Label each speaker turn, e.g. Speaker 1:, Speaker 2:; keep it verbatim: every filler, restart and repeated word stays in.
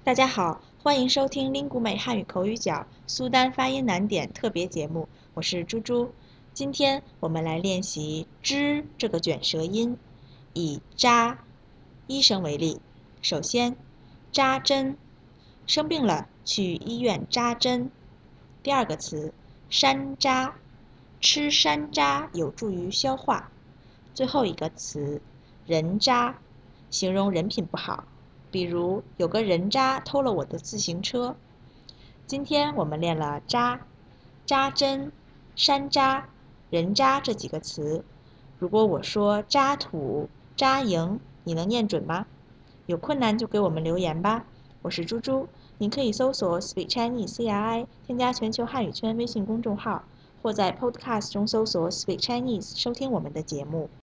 Speaker 1: 大家好，欢迎收听林谷美汉语口语角苏丹发音难点特别节目，我是猪猪。今天我们来练习“之”这个卷舌音，以扎医生为例。首先，扎针，生病了去医院扎针。第二个词，山楂，吃山楂有助于消化。最后一个词，人渣，形容人品不好。比如有个人渣偷了我的自行车。今天我们练了渣、扎针、山楂、人渣这几个词。如果我说渣土、扎营，你能念准吗？有困难就给我们留言吧。我是猪猪，您可以搜索 Speak Chinese C R I， 添加全球汉语圈微信公众号，或在 Podcast 中搜索 Speak Chinese 收听我们的节目。